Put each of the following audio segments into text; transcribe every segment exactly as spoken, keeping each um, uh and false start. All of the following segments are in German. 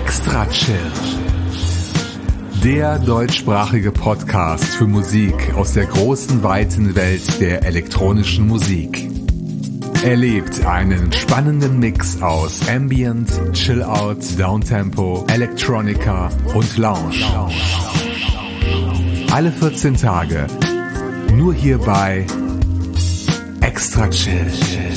Extra Chill. Der deutschsprachige Podcast für Musik aus der großen, weiten Welt der elektronischen Musik. Erlebt einen spannenden Mix aus Ambient, Chill-Out, Downtempo, Electronica und Lounge. Alle vierzehn Tage, nur hier bei Extra Chill.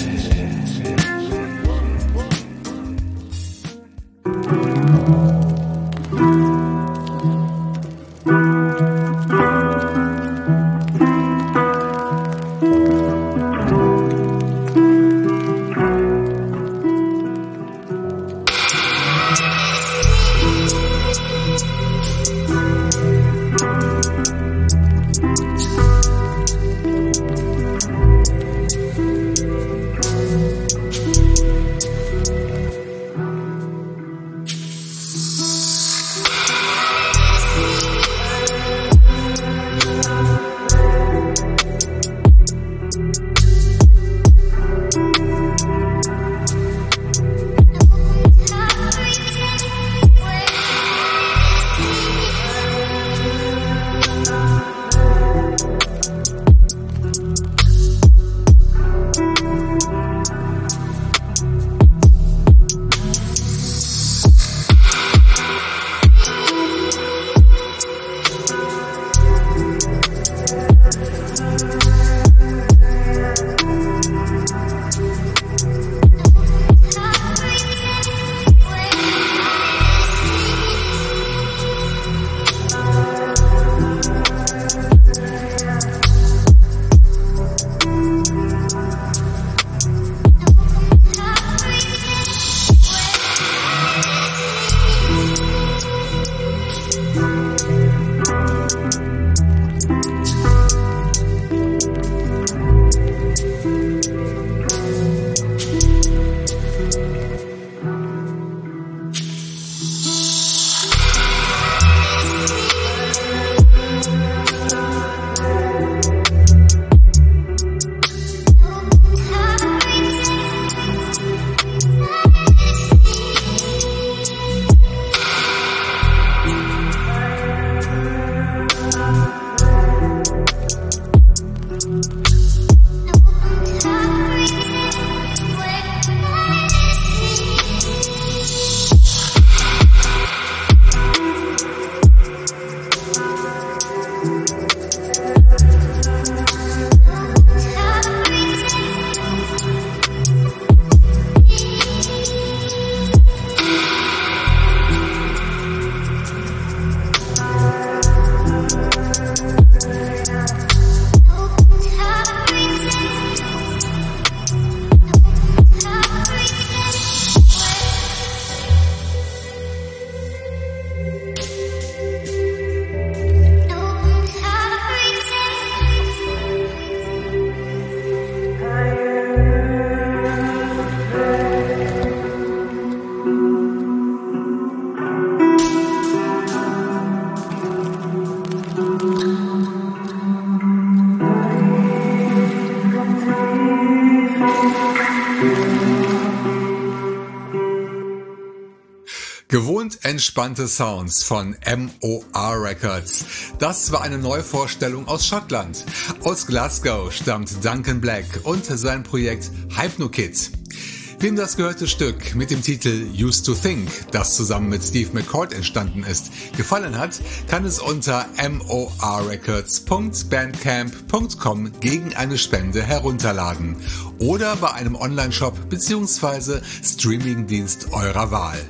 Gewohnt entspannte Sounds von M O R Records. Das war eine Neuvorstellung aus Schottland. Aus Glasgow stammt Duncan Black und sein Projekt Hypnokid. Wem das gehörte Stück mit dem Titel Used to Think, das zusammen mit Steve McCord entstanden ist, gefallen hat, kann es unter m o r records punkt bandcamp punkt com gegen eine Spende herunterladen oder bei einem Onlineshop bzw. Streamingdienst eurer Wahl.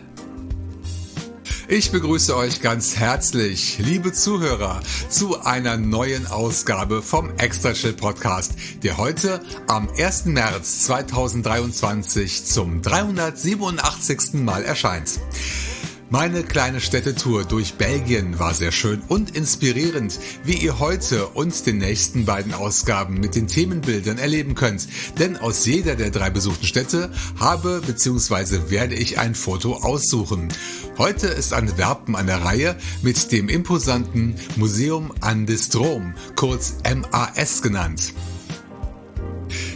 Ich begrüße euch ganz herzlich, liebe Zuhörer, zu einer neuen Ausgabe vom Extra Chill Podcast, der heute am ersten März zweitausenddreiundzwanzig zum dreihundertsiebenundachtzigsten Mal erscheint. Meine kleine Städtetour durch Belgien war sehr schön und inspirierend, wie ihr heute und den nächsten beiden Ausgaben mit den Themenbildern erleben könnt. Denn aus jeder der drei besuchten Städte habe bzw. werde ich ein Foto aussuchen. Heute ist Antwerpen an der Reihe mit dem imposanten Museum an de Stroom, kurz M A S genannt.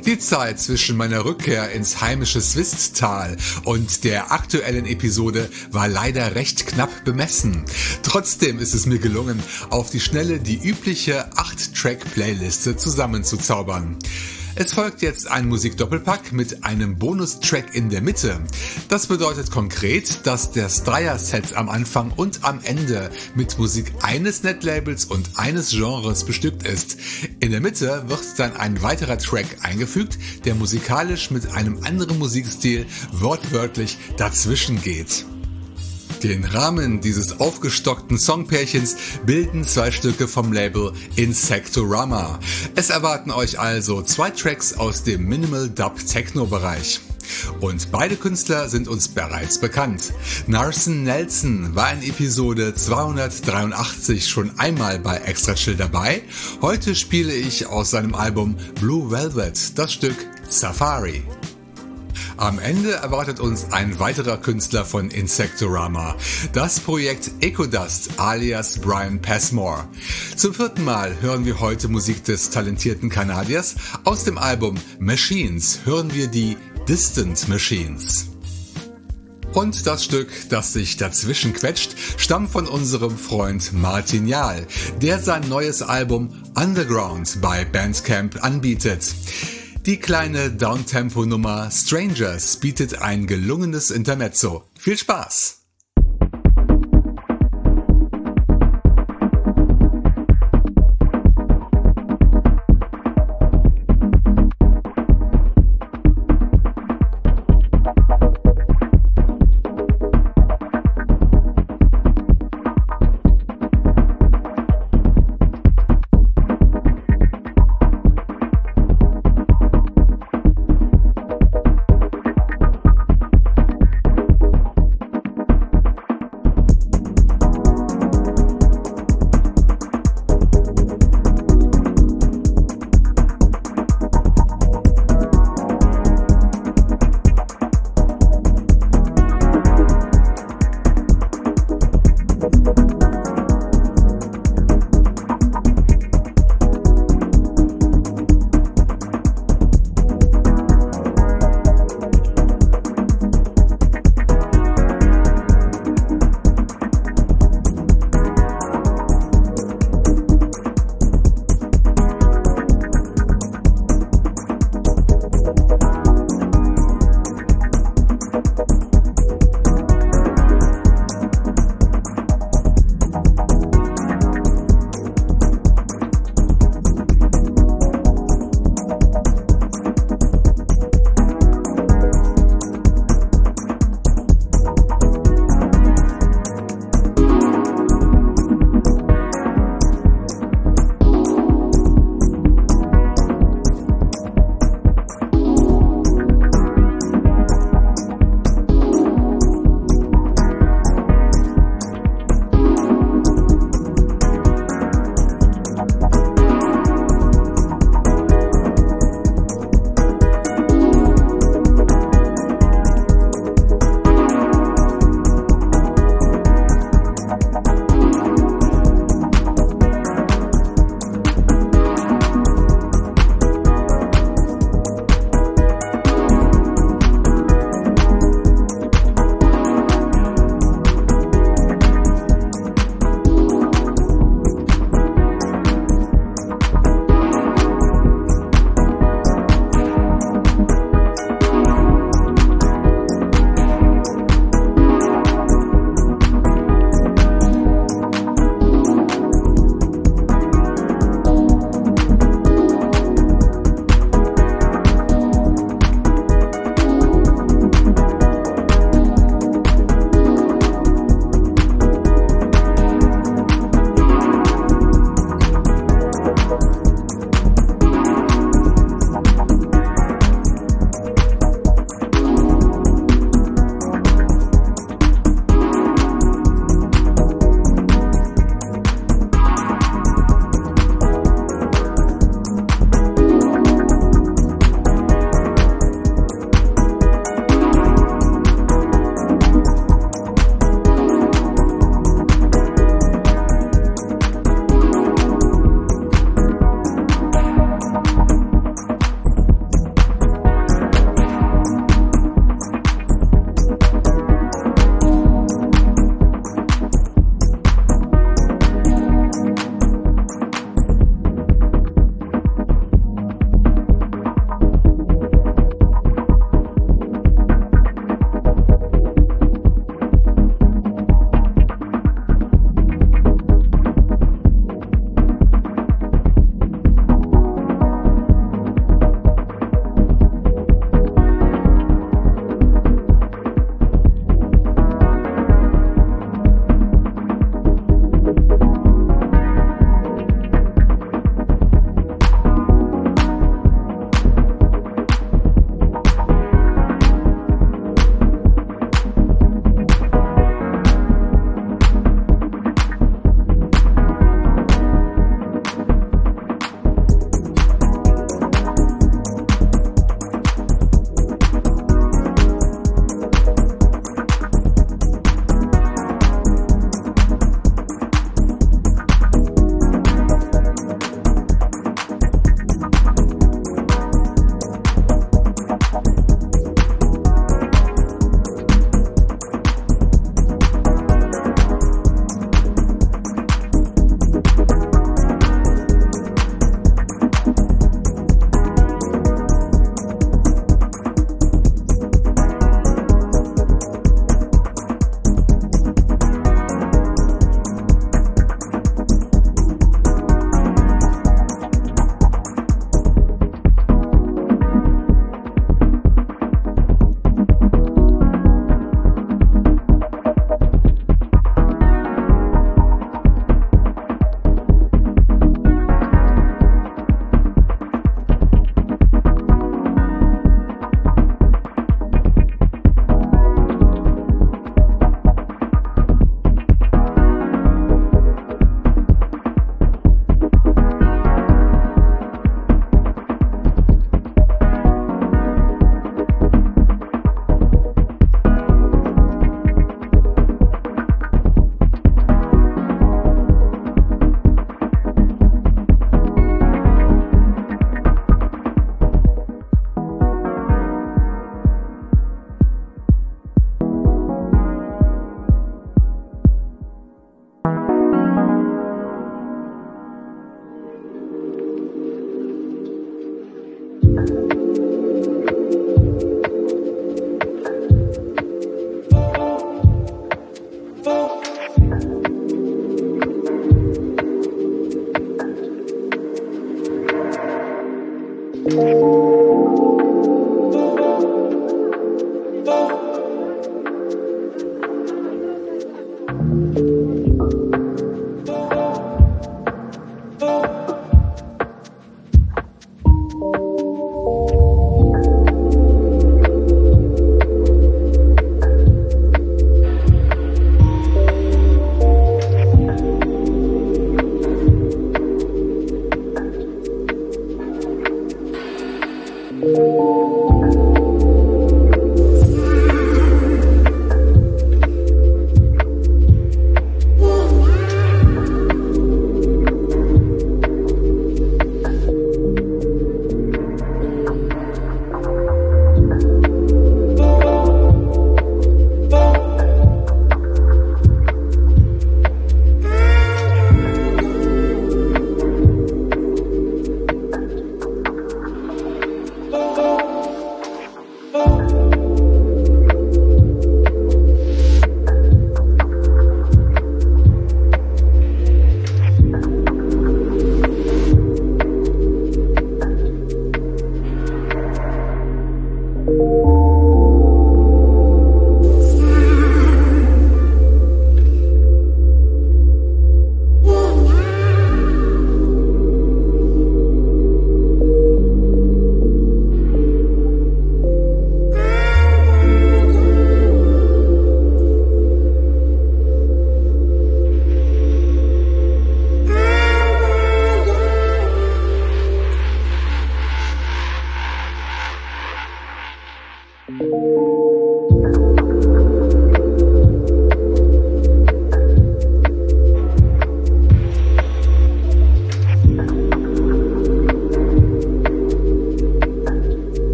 Die Zeit zwischen meiner Rückkehr ins heimische Swisttal und der aktuellen Episode war leider recht knapp bemessen. Trotzdem ist es mir gelungen, auf die Schnelle die übliche acht Track Playliste zusammenzuzaubern. Es folgt jetzt ein Musikdoppelpack mit einem Bonustrack in der Mitte. Das bedeutet konkret, dass das Dreier-Set am Anfang und am Ende mit Musik eines Netlabels und eines Genres bestückt ist. In der Mitte wird dann ein weiterer Track eingefügt, der musikalisch mit einem anderen Musikstil wortwörtlich dazwischen geht. Den Rahmen dieses aufgestockten Songpärchens bilden zwei Stücke vom Label Insectorama. Es erwarten euch also zwei Tracks aus dem Minimal Dub Techno Bereich. Und beide Künstler sind uns bereits bekannt. Narson Nelson war in Episode zweihundertdreiundachtzig schon einmal bei Extra Chill dabei. Heute spiele ich aus seinem Album Blue Velvet das Stück Safari. Am Ende erwartet uns ein weiterer Künstler von Insectorama, das Projekt Ecodust alias Brian Passmore. Zum vierten Mal hören wir heute Musik des talentierten Kanadiers. Aus dem Album Machines hören wir die Distant Machines. Und das Stück, das sich dazwischen quetscht, stammt von unserem Freund Martin Jahl, der sein neues Album Underground bei Bandcamp anbietet. Die kleine Downtempo-Nummer Strangers bietet ein gelungenes Intermezzo. Viel Spaß!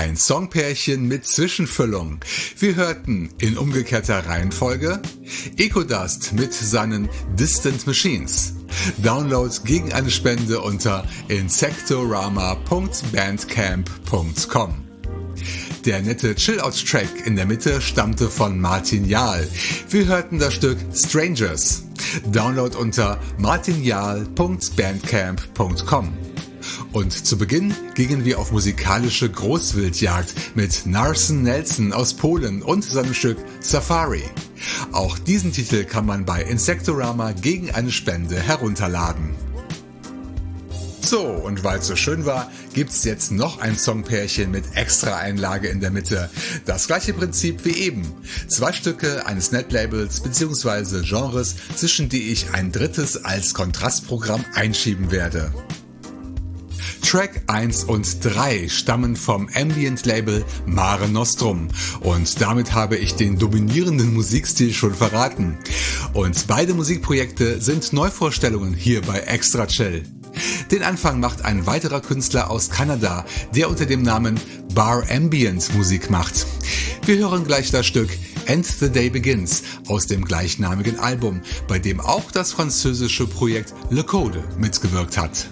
Ein Songpärchen mit Zwischenfüllung. Wir hörten in umgekehrter Reihenfolge Ecodust mit seinen Distant Machines. Download gegen eine Spende unter insectorama punkt bandcamp punkt com. Der nette Chill-Out-Track in der Mitte stammte von Martin Jahl. Wir hörten das Stück Strangers. Download unter martinjahl punkt bandcamp punkt com. Und zu Beginn gingen wir auf musikalische Großwildjagd mit Narsen Nelson aus Polen und seinem Stück Safari. Auch diesen Titel kann man bei Insectorama gegen eine Spende herunterladen. So, und weil es so schön war, gibt's jetzt noch ein Songpärchen mit Extra-Einlage in der Mitte. Das gleiche Prinzip wie eben. Zwei Stücke eines Netlabels bzw. Genres, zwischen die ich ein drittes als Kontrastprogramm einschieben werde. Track eins und drei stammen vom Ambient-Label Mare Nostrum und damit habe ich den dominierenden Musikstil schon verraten. Und beide Musikprojekte sind Neuvorstellungen hier bei Extra Chill. Den Anfang macht ein weiterer Künstler aus Kanada, der unter dem Namen Bar Ambient Musik macht. Wir hören gleich das Stück And the Day Begins aus dem gleichnamigen Album, bei dem auch das französische Projekt Le Code mitgewirkt hat.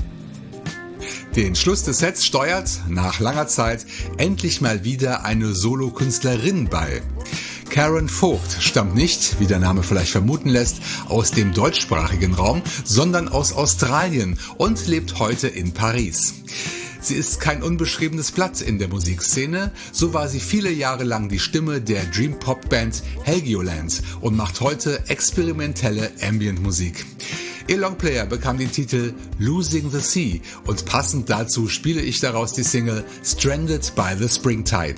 Den Schluss des Sets steuert, nach langer Zeit, endlich mal wieder eine Solo-Künstlerin bei. Karen Vogt stammt nicht, wie der Name vielleicht vermuten lässt, aus dem deutschsprachigen Raum, sondern aus Australien und lebt heute in Paris. Sie ist kein unbeschriebenes Blatt in der Musikszene, so war sie viele Jahre lang die Stimme der Dream-Pop-Band Helgoland und macht heute experimentelle Ambient-Musik. Ihr Longplayer bekam den Titel Losing the Sea und passend dazu spiele ich daraus die Single Stranded by the Springtide.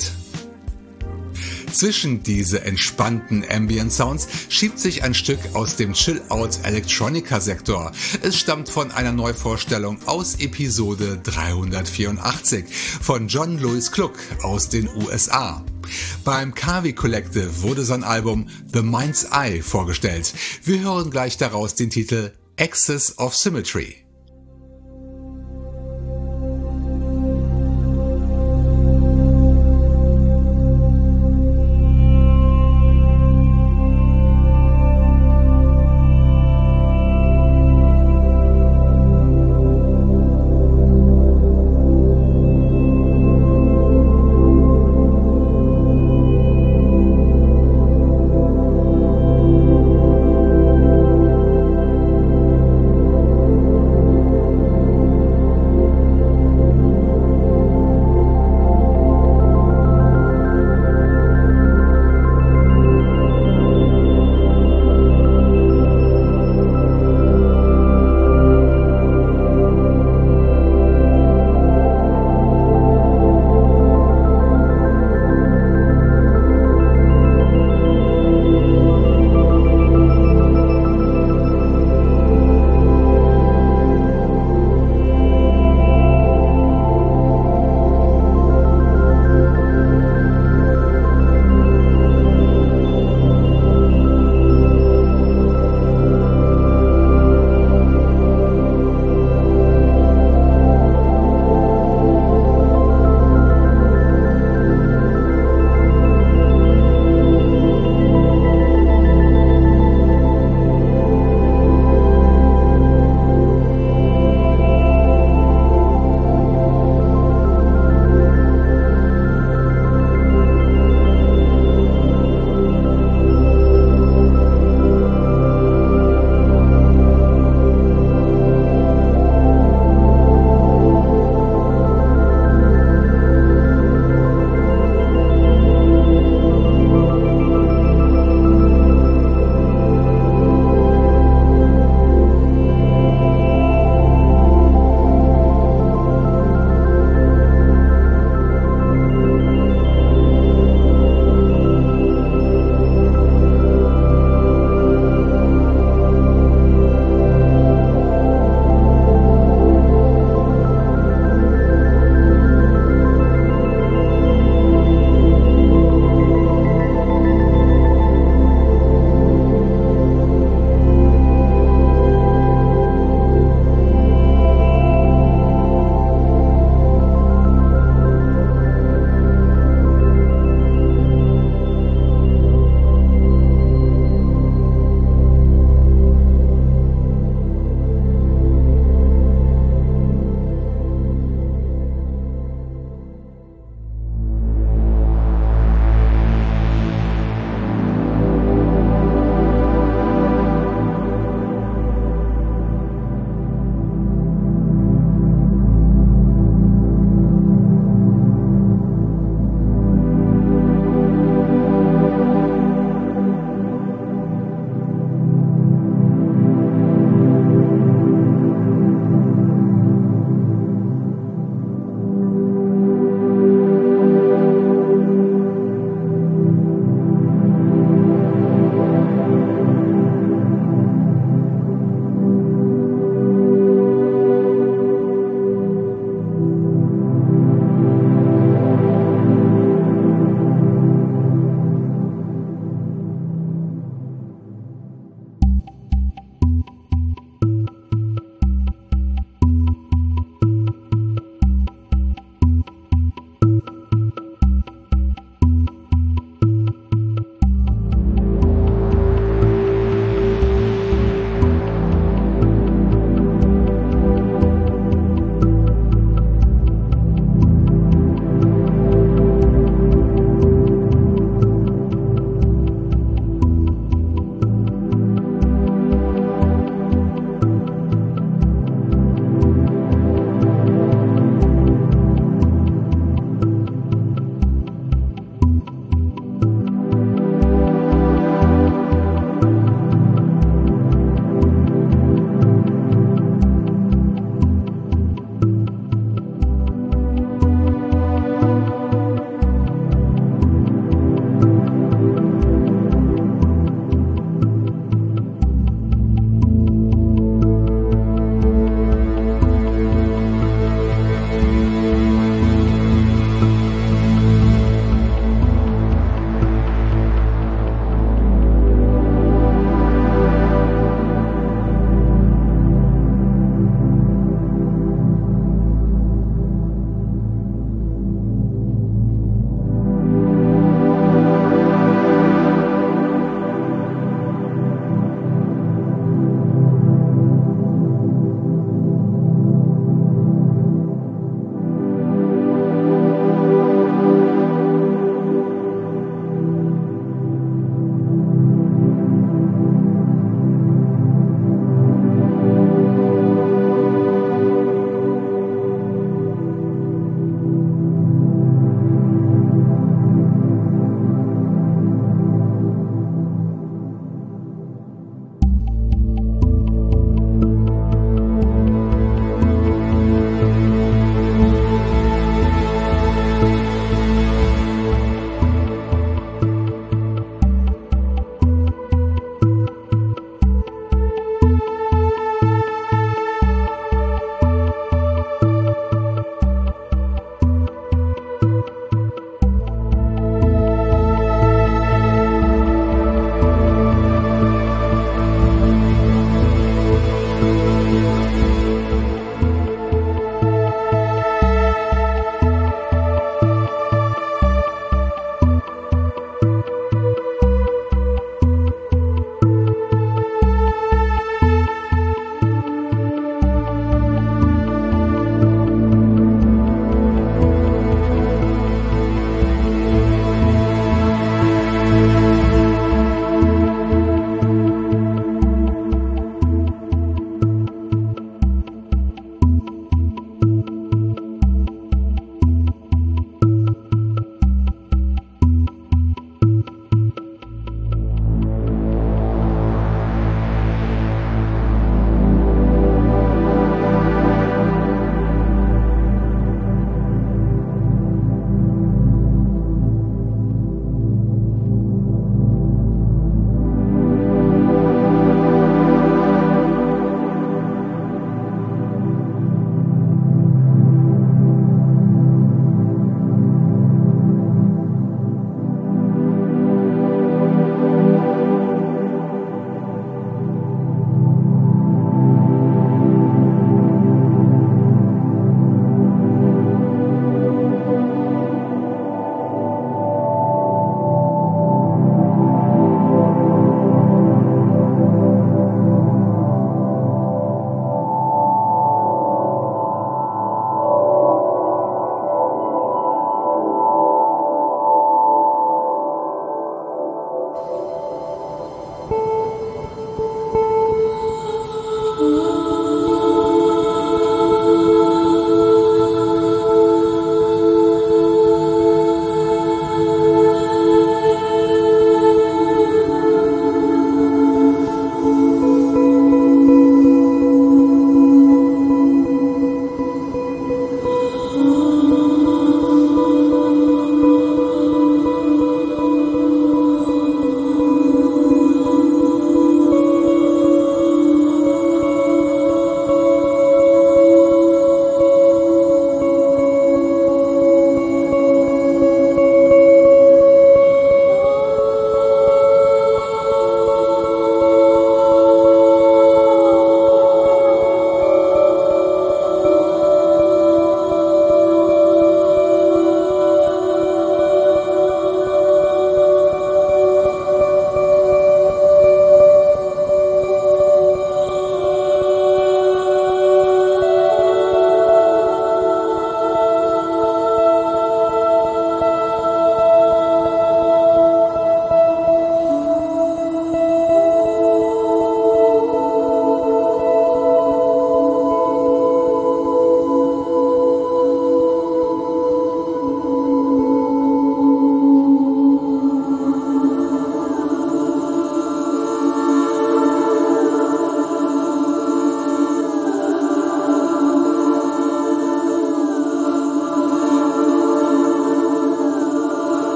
Zwischen diese entspannten Ambient Sounds schiebt sich ein Stück aus dem Chill-Out-Electronica-Sektor. Es stammt von einer Neuvorstellung aus Episode dreihundertvierundachtzig von John Lewis Gluck aus den U S A. Beim Kavi Collective wurde sein Album The Mind's Eye vorgestellt. Wir hören gleich daraus den Titel Excess of Symmetry.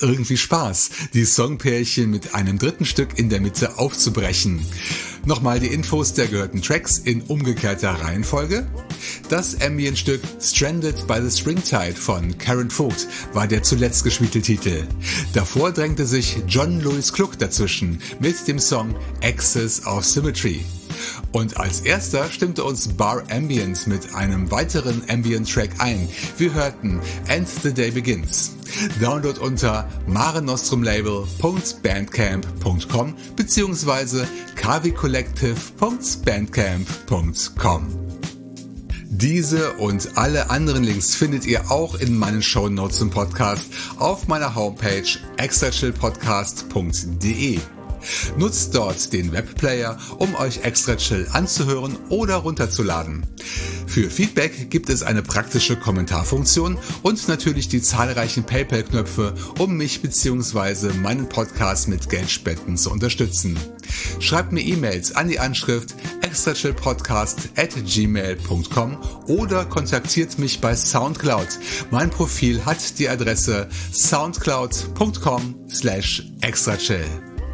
irgendwie Spaß, die Songpärchen mit einem dritten Stück in der Mitte aufzubrechen. Nochmal die Infos der gehörten Tracks in umgekehrter Reihenfolge. Das Ambient-Stück Stranded by the Springtide von Karen Vogt war der zuletzt gespielte Titel. Davor drängte sich John Lewis Gluck dazwischen mit dem Song Axis of Symmetry. Und als erster stimmte uns Bar Ambient mit einem weiteren Ambient-Track ein. Wir hörten And the Day Begins. Download unter marenostrumlabel punkt bandcamp punkt com bzw. kavicollective punkt bandcamp punkt com. Diese und alle anderen Links findet ihr auch in meinen Shownotes zum Podcast auf meiner Homepage extrachillpodcast punkt de. Nutzt dort den Webplayer, um euch Extra Chill anzuhören oder runterzuladen. Für Feedback gibt es eine praktische Kommentarfunktion und natürlich die zahlreichen PayPal-Knöpfe, um mich bzw. meinen Podcast mit Geldspenden zu unterstützen. Schreibt mir E-Mails an die Anschrift extrachillpodcast at gmail punkt com oder kontaktiert mich bei Soundcloud. Mein Profil hat die Adresse soundcloud punkt com slash extrachill.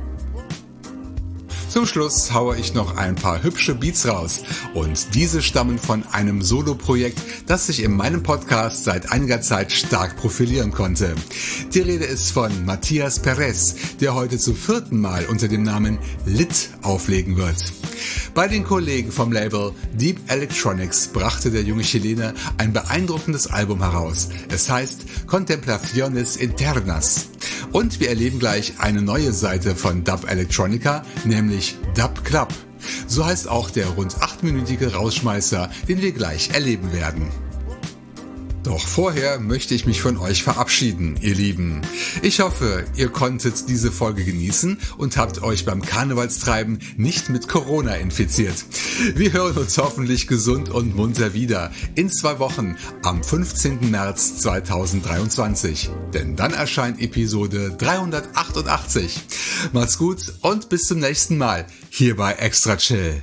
Zum Schluss haue ich noch ein paar hübsche Beats raus und diese stammen von einem Solo-Projekt, das sich in meinem Podcast seit einiger Zeit stark profilieren konnte. Die Rede ist von Matthias Perez, der heute zum vierten Mal unter dem Namen Lit auflegen wird. Bei den Kollegen vom Label Deep Electronics brachte der junge Chilene ein beeindruckendes Album heraus. Es heißt Contemplaciones Internas. Und wir erleben gleich eine neue Seite von Dub Electronica, nämlich Dub Club. So heißt auch der rund achtminütige Rausschmeißer, den wir gleich erleben werden. Doch vorher möchte ich mich von euch verabschieden, ihr Lieben. Ich hoffe, ihr konntet diese Folge genießen und habt euch beim Karnevalstreiben nicht mit Corona infiziert. Wir hören uns hoffentlich gesund und munter wieder in zwei Wochen am fünfzehnten März zweitausenddreiundzwanzig. Denn dann erscheint Episode dreihundertachtundachtzig. Macht's gut und bis zum nächsten Mal hier bei Extra Chill.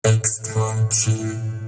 extra chill.